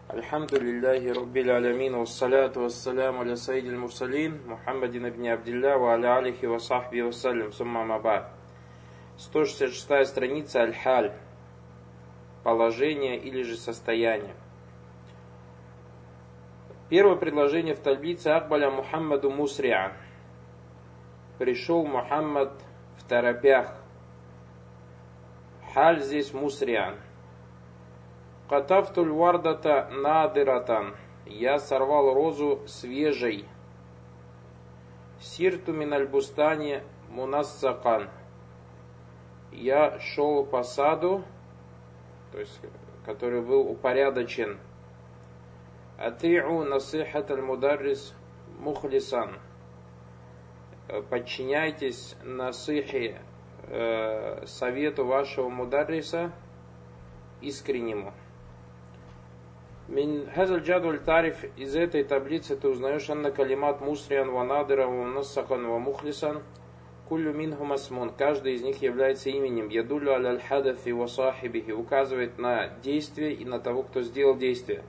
Альхамдулиллахи Раббил Алямин, вассаляту вассаляму аля сайдил мурсалин, Мухаммадин ибн Абдилля, ва аля алихи ва сахби вассалям, сумма мабад. 166 страница Аль-Халь. Положение или же состояние. Первое предложение в таблице Акбаля Мухаммаду Мусри'ан. Пришел Мухаммад в торопях. Халь здесь Мусри'ан. Катафтуль вардата надиратан. Я сорвал розу свежей. Сирту миналь бустани мунассакан. Я шел по саду, то есть, который был упорядочен. Ати'у насихат аль-мударрис мухлисан. Подчиняйтесь насихи, совету вашего мударриса искреннему. Мин хазаль джадваль тариф, из этой таблицы ты узнаешь анна калимат мусриан ва надира ва мунассакан ва мухлисан куллю минхум асмун. Каждый из них является именем. Ядуллю аляль хадафи ва сахибихи. Указывает на действие и на того, кто сделал действие.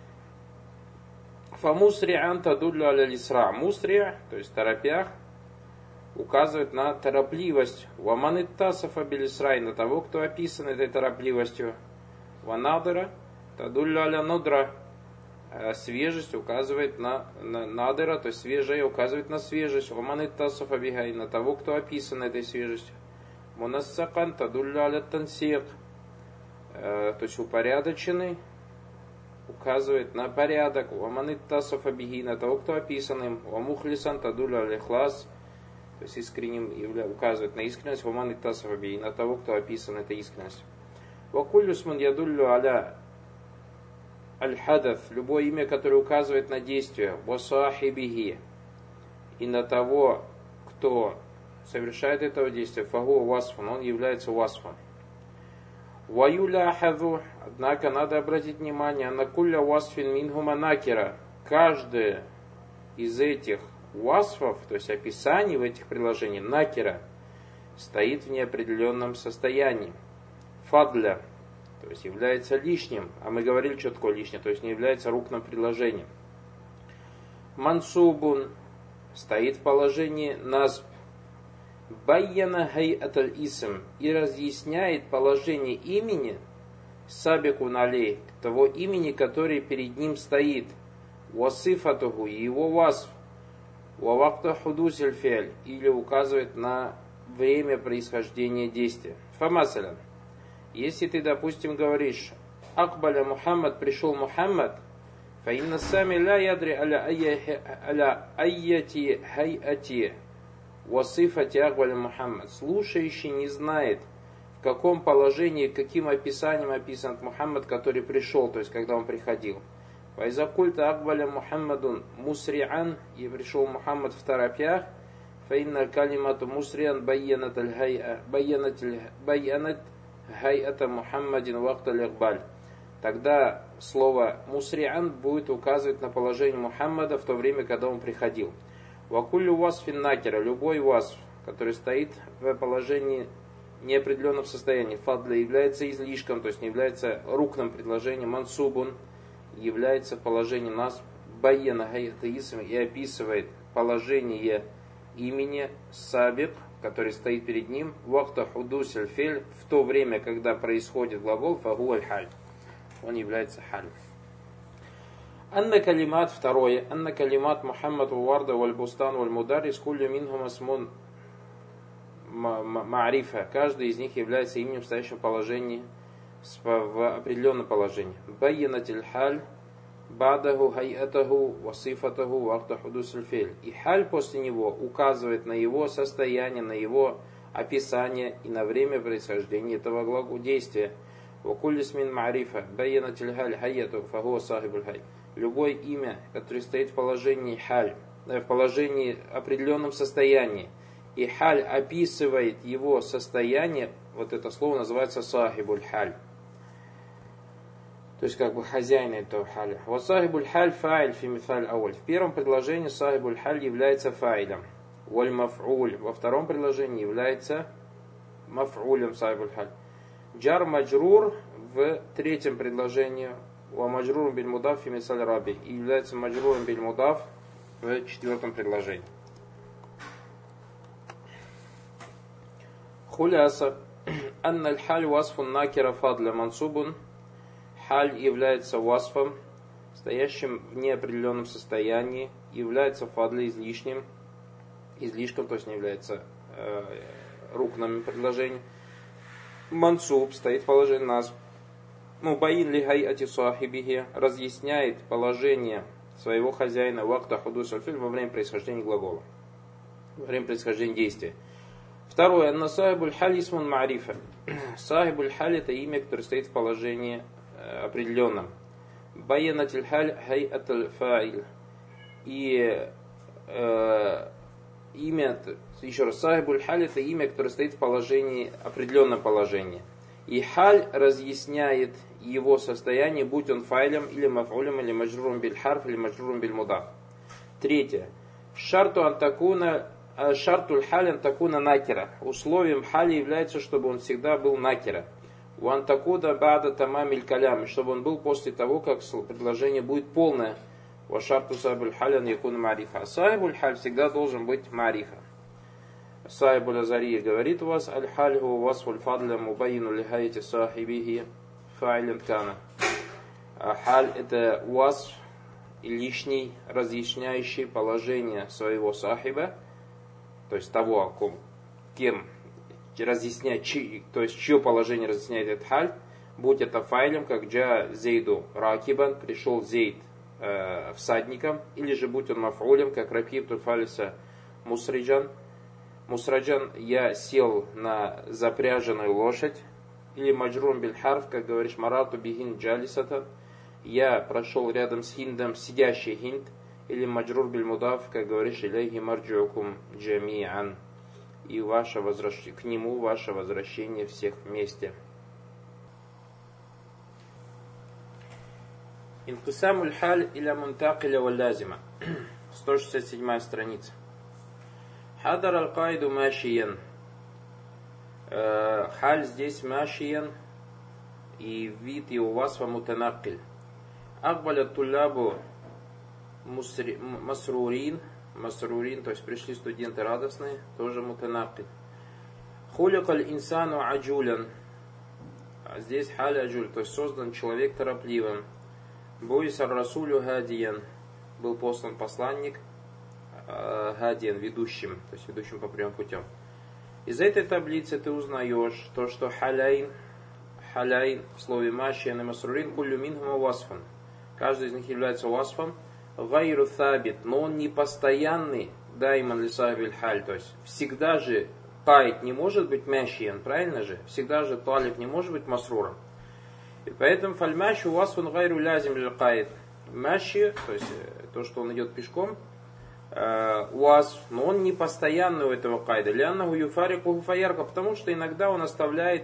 Фа мусриан тадуллю аляль исра. Мусрия, то есть торопях, указывает на торопливость. Ва маниттасафа биль исрай, на того, кто описан этой торопливостью. Ва надира тадуллю аля нудра. Свежесть указывает на надыра, то есть свежая указывает на свежесть. Ва тасафа бихай, на того, кто описан этой свежестью. Мунассакан тадуллю аля тансик, то есть упорядоченный указывает на порядок. Ва тасафа бихи, на того, кто описан им. Ва мухлисан тадуллю аля ихлас, то есть искренним указывает на искренность. Ва тасафа бихи, на того, кто описан этой искренностью. Ва куллю смун ядуллю аля аль-хадат, любое имя, которое указывает на действие, васахибихи, и на того, кто совершает этого действия, фагу васфун, он является васфом. Ваюля ахаду, однако надо обратить внимание на кулля васфин минхума накира. Каждое из этих васфов, то есть описаний в этих предложениях, накира, стоит в неопределенном состоянии. Фадля, то есть является лишним, а мы говорили, что такое лишнее, то есть не является рукным предложением. Мансубун стоит в положении назб. Байяна хайат аль-исм, и разъясняет положение имени сабикун алей, того имени, который перед ним стоит. Васифатуху, его васф. Вавакта худус аль-фиаль, или указывает на время происхождения действия. Фамасалян. Если ты, допустим, говоришь Акбаля Мухаммад, пришел Мухаммад, фаинна сами ля ядри аля айяти хайати васифати Акбаля Мухаммад. Слушающий не знает, в каком положении, каким описанием описан Мухаммад, который пришел, то есть когда он приходил. Вайзакульта Акбаля Мухаммадун мусриан, и пришел Мухаммад в торопях, фаинна калимату мусриан байянат аль-хайя, байянат хайата Мухаммадин вакта ликбаль. Тогда слово мусриан будет указывать на положение Мухаммада в то время, когда он приходил. Вакуллю васфин накера, любой васф, который стоит в положении неопределенном состоянии, фадля, является излишком, то есть не является рукным предложением. Мансубун является положением нас байяна хайата исм, и описывает положение имени сабик, который стоит перед ним, вакта худус аль-фель, в то время, когда происходит глагол, фагу аль-халь. Он является халь. Анна калимат, второе. Анна калимат Мухаммад варда валь-бустан валь-мударрис куллю минхум асмун ма'рифа. Каждый из них является именем, стоящим в положении, в определенном положении. Байянатиль халь, бадаху хайатаху васифатаху вакта худус аль-фель. И халь после него указывает на его состояние, на его описание и на время происхождения этого глагола действия. Вакуллис мин ма'рифа байянатиль халь хайатаху фахуа сахибуль халь. Любое имя, которое стоит в положении халь, в положении определенном состоянии, и халь описывает его состояние, вот это слово называется сахибуль халь. То есть как бы хозяин этого халя. Ва сахибуль халь фаиль фи мисаль ауль. В первом предложении сахибуль халь является фаилем. Валь маф'уль. Во втором предложении является маф'улем сахибуль халь. Джар маджрур в третьем предложении ва маджрурун биль мудаф фи мисаль раби. И является маджрурун биль мудаф в четвертом предложении. Хуляса. Анна аль-халь васфун накира фадля мансубун. Халь является васфом, стоящим в неопределенном состоянии, является фадля излишком, то есть не является рукным предложением. Мансуб стоит в положении нас. Мубаин ли хайати сахибихи, разъясняет положение своего хозяина вакта худус аль-филь во время происхождения глагола, во время происхождения действия. Второе. Анна сахибуль халь исмун ма'рифа. Сахибуль халь это имя, которое стоит в положении определенном. Баянатиль халь хайат аль-фа'иль. И имя, еще раз, сахибуль халь это имя, которое стоит в положении, определенном положении. И халь разъясняет его состояние, будь он файлем или маф'улем, или маджруром биль харф, или маджруром биль мудаф. Третье. Шартуль халь антакуна накира. Условием халя является, чтобы он всегда был накира. У антакуда бада тамамиль калям, чтобы он был после того, как предложение будет полное. Ва шарту сахибуль халь ан якуна марифа. Сахибуль халь всегда должен быть марифа. Сайбуль Азария говорит у вас: аль-халь ху васфуль фадля мубайину лихайти сахибихи файлен кана. Халь это васф, лишний, разъясняющий положение своего сахиба, то есть того, кем разъясняет, то есть чье положение разъясняет этот халь, будь это файлем, как джа зейду ракибан, пришел зейд всадником, или же будь он маф'улем, как ракиб туфалиса мусриджан. Мусраджан, я сел на запряженную лошадь, или маджрун биль харф, как говоришь, марату бихин джалисатан, я прошел рядом с хиндом, сидящий хинд, или маджрур биль мудаф, как говоришь, иляйхи марджуакум джами'ан, и к нему ваше возвращение всех вместе. Инкисамуль халь иля мунтакиля вал лазима. 167 страница. Хадар аль-кайду машиян. Халь здесь машиян, и вид его васфа мутанакиль. Акбаля туллабу масрурин, то есть пришли студенты радостные, тоже мутанакиль. Хуликаль инсану аджулян. Здесь халь аджуль, то есть создан человек торопливым. Буисар расулю хадиян. Был послан посланник, хадиян, ведущим, то есть ведущим по прямым путем. Из этой таблицы ты узнаешь то, что халяйн в слове машиян и масрурин куллю минхума васфан. Каждый из них является васфом. Гайру табит, но он не постоянный, дайман лисахбиль халь, то есть всегда же кайт не может быть машиян, правильно же? Всегда же талиб не может быть масруром. И поэтому фальмашу васфан гайру лязим лиль кайт. Маши, то есть то, что он идет пешком, уаз, но он не постоянный у этого кайда. Ляннаху юфарикуху фаярка, потому что иногда он оставляет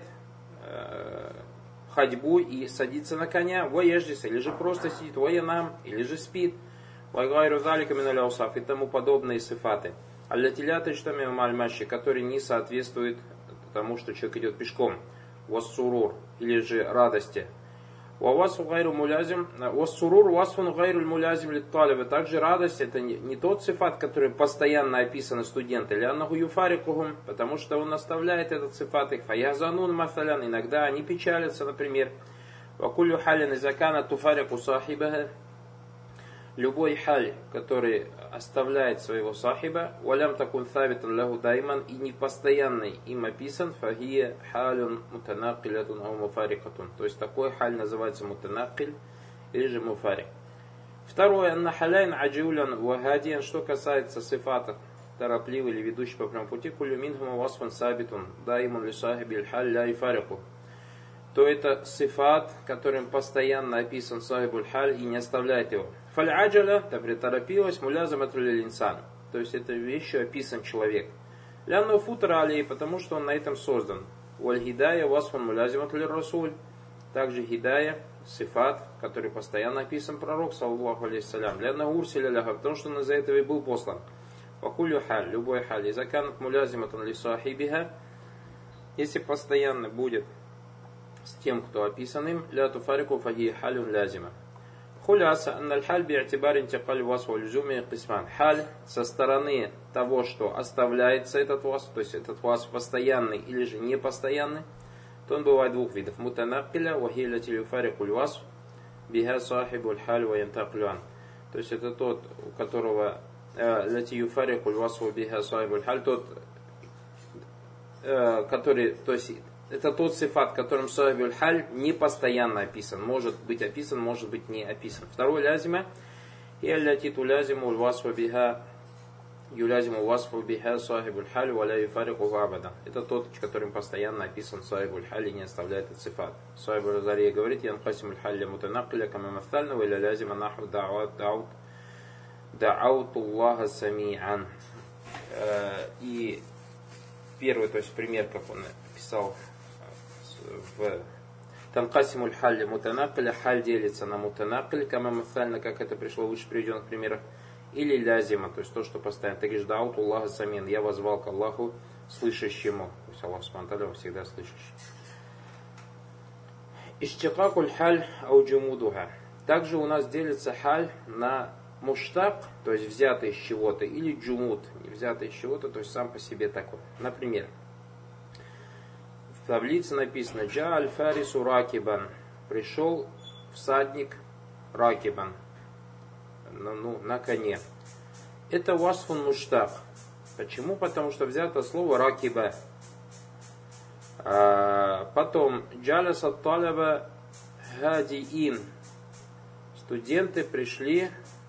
ходьбу и садится на коня, воеждис, или же просто сидит, военам, или же спит, вайгайру залика миналяусаф и тому подобные сифаты. Аллятилята штами мальмаши, которые не соответствуют тому, что человек идет пешком. Уассурур, или же радости. Уавасу гайру мулязим, уассурур уасфун гайру мулязим литталиба. Также радость это не тот сифат, который постоянно описан студенты. Ляннаху юфарикухум, потому что он оставляет этот сифат их. Фаязанун мафалян, иногда они печалятся, например. Вакулю халин изакана туфарику сахибаха. Любой халь, который оставляет своего сахиба, валям такун табитан лаху дайман, и не постоянный им описан, фахия халюн мутанакилятун ау муфарикатун. То есть такой халь называется мутанакиль или же муфарик. Второе, анна халяйн аджулян вахадиян, что касается сифата, торопливый или ведущий по прямому пути, кулю минхума васфан сабитун, дайман ли сахиби халь ля ифарику. То это сифат, которым постоянно описан сахибуль халь и не оставляет его. Фаль-аджаля, торопилась, мулязам атрулил инсан. То есть это вещью описан человек. Лянну футра алей, потому что он на этом создан. Уаль-хидая васфан мулязам атрулил расуль. Также хидая, сифат, который постоянно описан пророк, саллаллаху алейхиссалям. Лянну урсиля ляха, потому что он из-за этого и был послан. Вакулю халь, любой халь. Изаканат мулязам атрулил сахибиха. Если постоянно будет с тем, кто описан им, ля туфарику фахи халюн лязима. Хуляса анналь халь би'атибар интикаль васф ва люзуми кисман. Халь со стороны того, что оставляется этот васф, то есть этот васф постоянный или же непостоянный, то он бывает двух видов. Мутанаккиля ва хия лати юфарикуль васф биха сахибуль халь ва янтаклю ан. То есть это тот, у которого лати юфарикуль васф биха сахибуль халь, тот, который, то есть это тот сифат, которым сахибуль халь не постоянно описан. Может быть описан, может быть не описан. Второй лязима. И аллати тулязиму васфу биха юлязиму васфу биха сахибуль халь валя юфарику вабада. Это тот, которым постоянно описан сахибуль халь и не оставляет этот сифат. Сахибуль Азария говорит: янхасимуль халь мутанаккиля кама мафтальна ва лязима наху да'ауту Аллаха сами'ан. И первый, то есть пример, как он писал в Танкасимуль халь мутанаккиля, халь делится на мутанаккиль, кама мафтальна, как это пришло в выше приведенных примерах, или лязима, то есть то, что постоянно. Ты говоришь: да'ауту Аллаха сами'ан, я возвал к Аллаху слышащему. То есть Аллах субхану всегда слышащий. Иштикакуль халь ауджумудуха. Также у нас делится халь на муштак, то есть взятый из чего-то, или джумуд, не взятый из чего-то, то есть сам по себе такой. Например, в таблице написано: Джа аль-фарису ракибан. Пришел всадник ракибан. На коне. Это васфун муштак. Почему? Потому что взято слово ракиба. Потом джалас ат-талаба хадиин. Студенты пришли,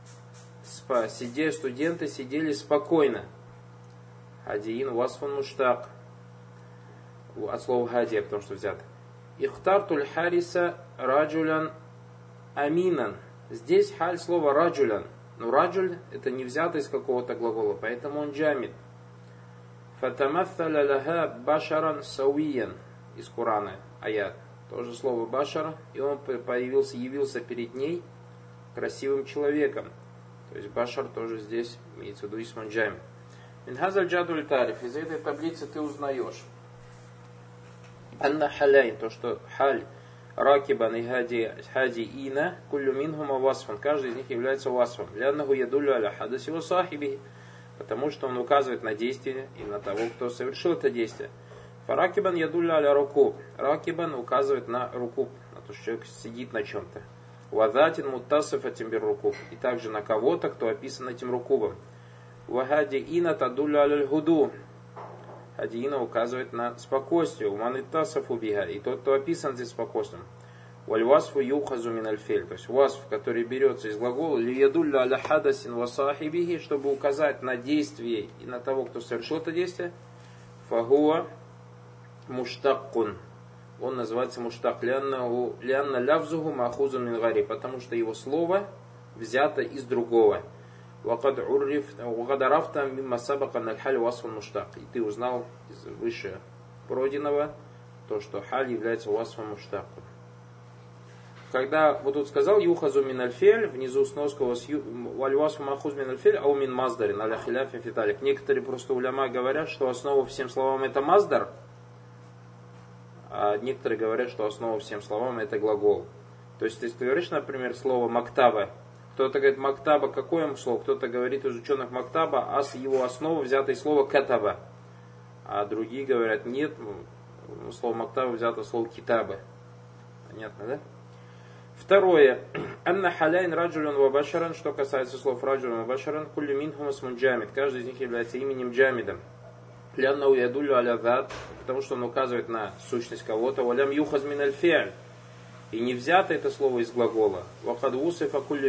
студенты сидели спокойно. Хадиин васфун муштак. От слова хадия, потому что взято. Ихтартуль хариса раджулян аминан. Здесь халь слово раджулян. Но раджуль это не взято из какого-то глагола, поэтому он джамид. Фатамафталя лаха башаран сауиян. Из Корана аят. Тоже слово башара. И он явился перед ней красивым человеком. То есть башар тоже здесь имеется в виду исман джамид. Минхазаль джадуль тариф. Из этой таблицы ты узнаешь анна халяйн, то что халь ракибан и хадиина куллю минхума васфан, каждый из них является васфом. Ляннаху ядулю аля хадаси ва сахиби, потому что он указывает на действие и на того, кто совершил это действие. Фаракибан ядулю аля рукуб. Ракибан указывает на рукуб, на то, что человек сидит на чем-то. Вадатин муттасиф атимбир рукуб. И также на кого-то, кто описан этим рукубом. Вахадиина тадулю аля худу. Хадиина указывает на спокойствие. Уманиттасаф убига. И тот, кто описан здесь спокойствием. Вальвасфу юхазу миналь фель. То есть васф, который берется из глагола лиядулля аля хадасин васахибихи, чтобы указать на действие и на того, кто совершил это действие. Фагуа муштаккун. Он называется муштак. Лянна лявзуху махузу мин гари. Потому что его слово взято из другого. И ты узнал из выше пройденного то, что халь является васфом муштаком. Когда вот тут сказал юхазу мин аль-фель, внизу сноска вальвасфу махуз мин аль-фель, ау мин маздарин, аля хиляфин фиталик. Некоторые просто уляма говорят, что основа всем словам это маздар, а некоторые говорят, что основа всем словам это глагол. То есть, если ты говоришь, например, слово мактаба, кто-то говорит мактаба, какое слово? Кто-то говорит из ученых мактаба, а с его основы взято из слова катаба. А другие говорят, нет, слово мактаба взято слово китаба. Понятно, да? Второе. Анна халяйн раджулян ва башаран, что касается слов раджулян ва башаран, кулли минхум исмун джамид. Каждый из них является именем джамидом. Ляннау ядулю аля зат, потому что он указывает на сущность кого-то. Валям юхаз мин аль-фи'аль. И не взято это слово из глагола. Вакад вусифа куллю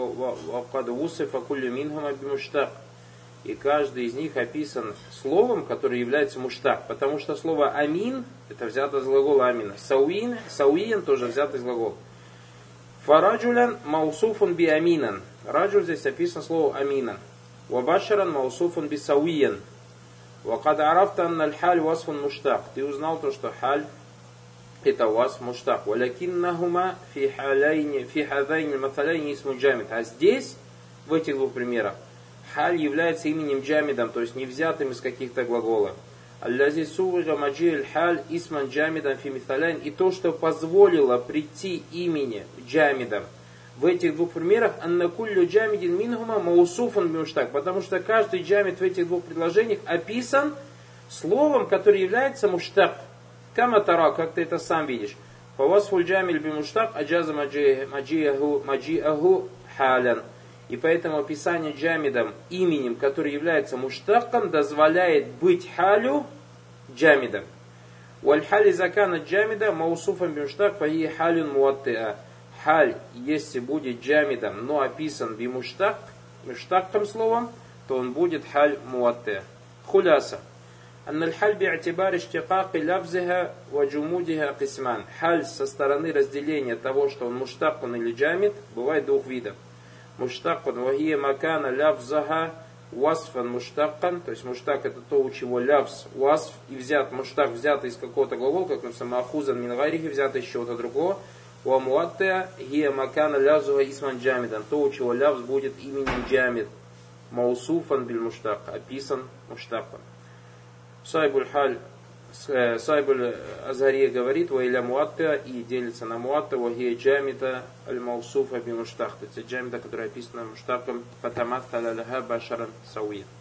минхума бимуштак. И каждый из них описан словом, которое является муштак. Потому что слово амин, это взято из глагола амина. Сауин тоже взято из глагола. Фараджулян маусуфун би аминан. Раджуль здесь описано слово аминан. Вабашаран маусуфун би сауиян. Вакад арафта анна аль-халь васфун муштак. Ты узнал то, что халь это васф муштак. Валякиннахума фи хадайни маталяйни исму джамид. А здесь, в этих двух примерах, халь является именем джамидом, то есть не взятым из каких-то глаголов. Аллази суга маджи халь исман джамидан фи миталян. И то, что позволило прийти имени джамидам в этих двух примерах, аннакуллю джамидин минхума маусуфан бимуштак. Потому что каждый джамид в этих двух предложениях описан словом, которое является муштак. Каматара, как ты это сам видишь. Фавасфуль джамиль бимуштак аджаза маджиаху халян. И поэтому описание джамидом именем, который является муштаком, дозволяет быть халю джамидом. Валь-хали закана джамида маусуфан бимуштак фахи халюн муаттиа. Халь, если будет джамидом, но описан бимуштак, муштаком словом, то он будет халь муаттиа. Хуляса. أن الحال باعتبار اشتقاق لفظها وجمودها قسمان. Халь со стороны разделения того, что он муштакун или джамид, бывает двух видов. Муштакун вахия макана лявзаха васфан муштакан. То есть муштак это то, у чего лявз васф и взят. Муштак взят из какого-то глагола, как например ахузан мин гайрихи, взят из чего-то другого. Ва муаттеа хия макана лявзуха исман джамидан. То, у чего лявз будет именем джамид. Маусуфан биль муштак. Описан муштакан. Сайбуль Азария говорит, ваиля муатта, и делится на муатта, вахия джамида аль-маусуфа би муштах. То есть джамида, которая описана муштаком, патамат халяляха башаран сауия.